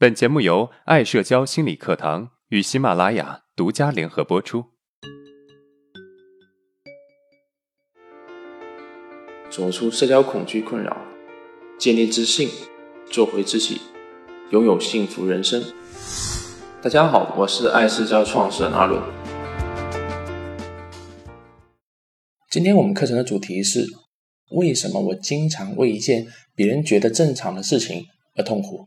本节目由爱社交心理课堂与喜马拉雅独家联合播出。 走出社交恐惧困扰，建立自信，做回自己，拥有幸福人生。大家好，我是爱社交创始人阿伦。今天我们课程的主题是：为什么我经常为一件别人觉得正常的事情而痛苦？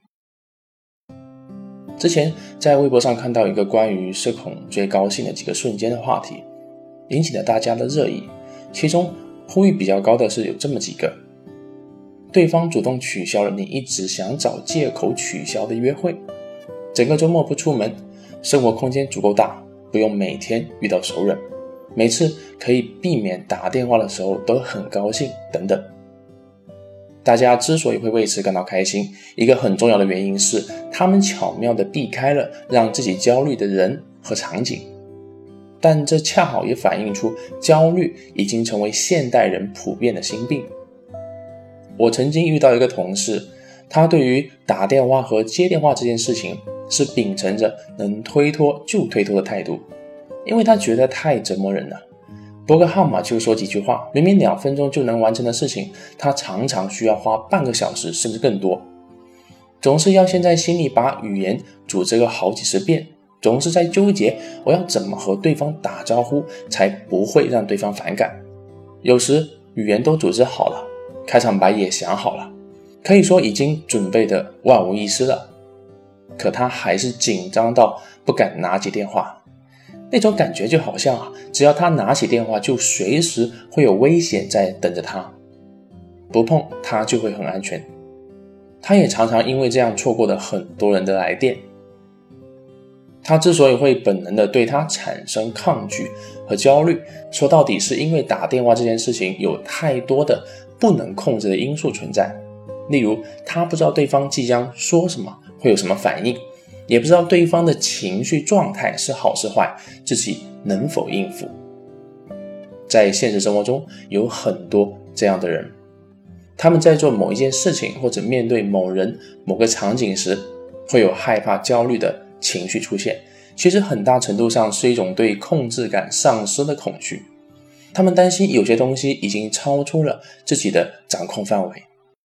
之前在微博上看到一个关于社恐最高兴的几个瞬间的话题，引起了大家的热议。其中呼吁比较高的是有这么几个：对方主动取消了你一直想找借口取消的约会，整个周末不出门，生活空间足够大，不用每天遇到熟人，每次可以避免打电话的时候都很高兴等等。大家之所以会为此感到开心，一个很重要的原因是他们巧妙地避开了让自己焦虑的人和场景，但这恰好也反映出焦虑已经成为现代人普遍的心病。我曾经遇到一个同事，他对于打电话和接电话这件事情是秉承着能推脱就推脱的态度，因为他觉得太折磨人了。拨个号码就说几句话，明明2分钟就能完成的事情，他常常需要花半个小时甚至更多。总是要先在心里把语言组织个好几十遍，总是在纠结我要怎么和对方打招呼才不会让对方反感。有时语言都组织好了，开场白也想好了，可以说已经准备得万无一失了，可他还是紧张到不敢拿起电话。那种感觉就好像只要他拿起电话，就随时会有危险在等着他，不碰他就会很安全。他也常常因为这样错过了很多人的来电。他之所以会本能的对他产生抗拒和焦虑，说到底是因为打电话这件事情有太多的不能控制的因素存在。例如他不知道对方即将说什么，会有什么反应，也不知道对方的情绪状态是好是坏，自己能否应付。在现实生活中有很多这样的人，他们在做某一件事情或者面对某人某个场景时，会有害怕焦虑的情绪出现，其实很大程度上是一种对控制感丧失的恐惧。他们担心有些东西已经超出了自己的掌控范围。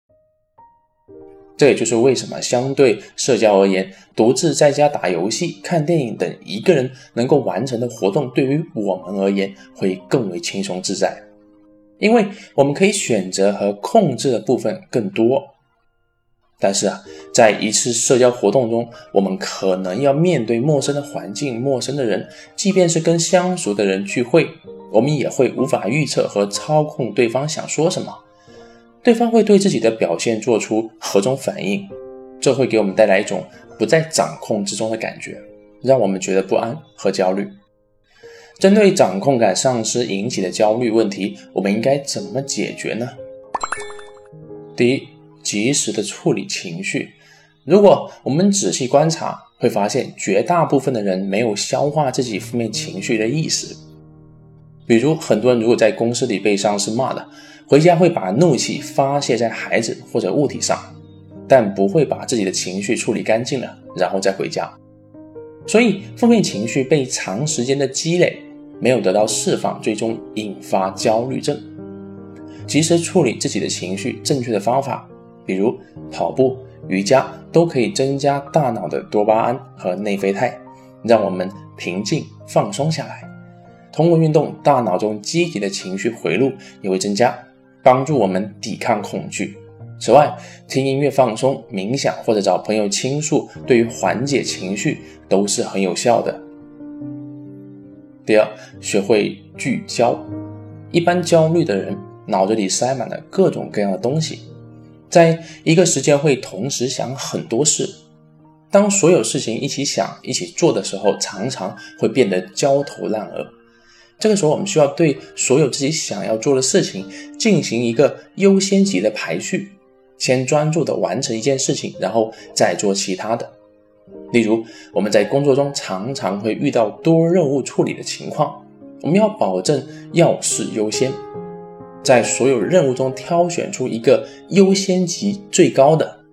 这也就是为什么相对社交而言，独自在家打游戏、看电影等一个人能够完成的活动，对于我们而言会更为轻松自在。因为我们可以选择和控制的部分更多。但是在一次社交活动中，我们可能要面对陌生的环境、陌生的人，即便是跟相熟的人聚会，我们也会无法预测和操控对方想说什么。对方会对自己的表现做出何种反应，这会给我们带来一种不在掌控之中的感觉，让我们觉得不安和焦虑。针对掌控感丧失引起的焦虑问题，我们应该怎么解决呢？第一，及时的处理情绪。如果我们仔细观察，会发现绝大部分的人没有消化自己负面情绪的意识。比如很多人如果在公司里被上司骂了，回家会把怒气发泄在孩子或者物体上，但不会把自己的情绪处理干净了然后再回家。所以负面情绪被长时间的积累，没有得到释放，最终引发焦虑症。及时处理自己的情绪，正确的方法比如跑步、瑜伽都可以增加大脑的多巴胺和内啡肽，让我们平静放松下来。通过运动，大脑中积极的情绪回路也会增加，帮助我们抵抗恐惧。此外，听音乐放松、冥想或者找朋友倾诉，对于缓解情绪都是很有效的。第二，学会聚焦。一般焦虑的人脑子里塞满了各种各样的东西，在一个时间会同时想很多事。当所有事情一起想、一起做的时候，常常会变得焦头烂额。这个时候我们需要对所有自己想要做的事情进行一个优先级的排序，先专注地完成一件事情，然后再做其他的。例如我们在工作中常常会遇到多任务处理的情况，我们要保证要事优先，在所有任务中挑选出一个优先级最高的，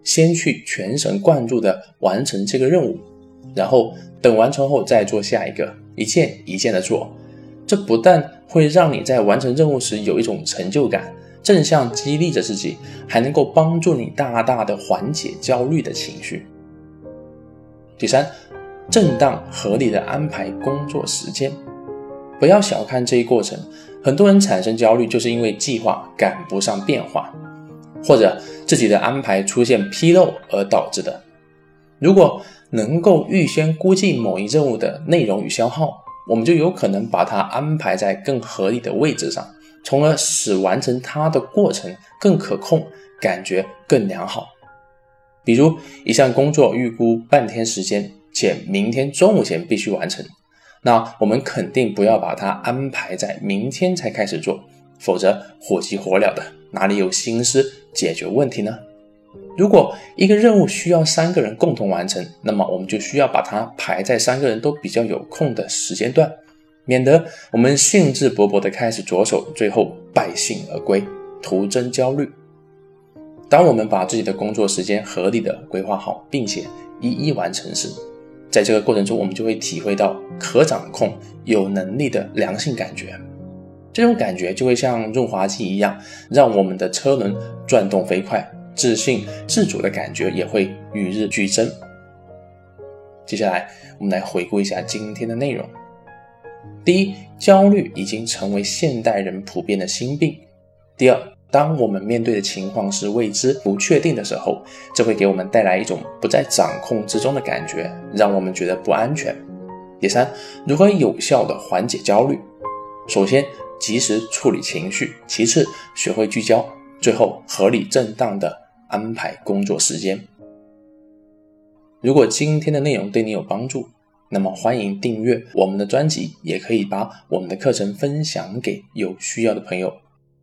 先去全神贯注地完成这个任务，然后等完成后再做下一个，一件一件地做。这不但会让你在完成任务时有一种成就感，正向激励着自己，还能够帮助你大大的缓解焦虑的情绪。第三，正当合理的安排工作时间。不要小看这一过程，很多人产生焦虑就是因为计划赶不上变化，或者自己的安排出现纰漏而导致的。如果能够预先估计某一任务的内容与消耗，我们就有可能把它安排在更合理的位置上，从而使完成它的过程更可控，感觉更良好。比如一项工作预估半天时间，且明天中午前必须完成，那我们肯定不要把它安排在明天才开始做，否则火急火燎的，哪里有心思解决问题呢？如果一个任务需要3个人共同完成，那么我们就需要把它排在3个人都比较有空的时间段，免得我们兴致勃勃地开始着手，最后败兴而归，徒增焦虑。当我们把自己的工作时间合理的规划好，并且一一完成时，在这个过程中我们就会体会到可掌控、有能力的良性感觉。这种感觉就会像润滑剂一样，让我们的车轮转动飞快，自信自主的感觉也会与日俱增。接下来我们来回顾一下今天的内容。第一，焦虑已经成为现代人普遍的心病。第二，当我们面对的情况是未知不确定的时候，这会给我们带来一种不在掌控之中的感觉，让我们觉得不安全。第三，如何有效地缓解焦虑？首先，及时处理情绪，其次，学会聚焦，最后合理正当地安排工作时间。如果今天的内容对你有帮助，那么欢迎订阅我们的专辑，也可以把我们的课程分享给有需要的朋友。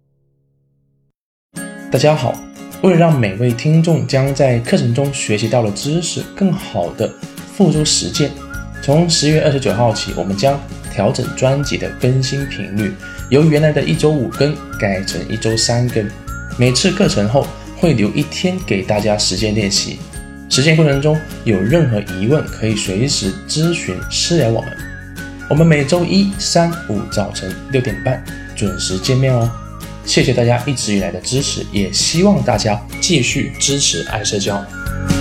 大家好，为了让每位听众将在课程中学习到的知识更好地付诸实践，从10月29号起，我们将调整专辑的更新频率，由原来的1周5更改成1周3更。每次课程后会留1天给大家实践练习，实践过程中有任何疑问可以随时咨询私聊我们。我们每周1、3、5早晨6点半准时见面哦。谢谢大家一直以来的支持，也希望大家继续支持爱社交。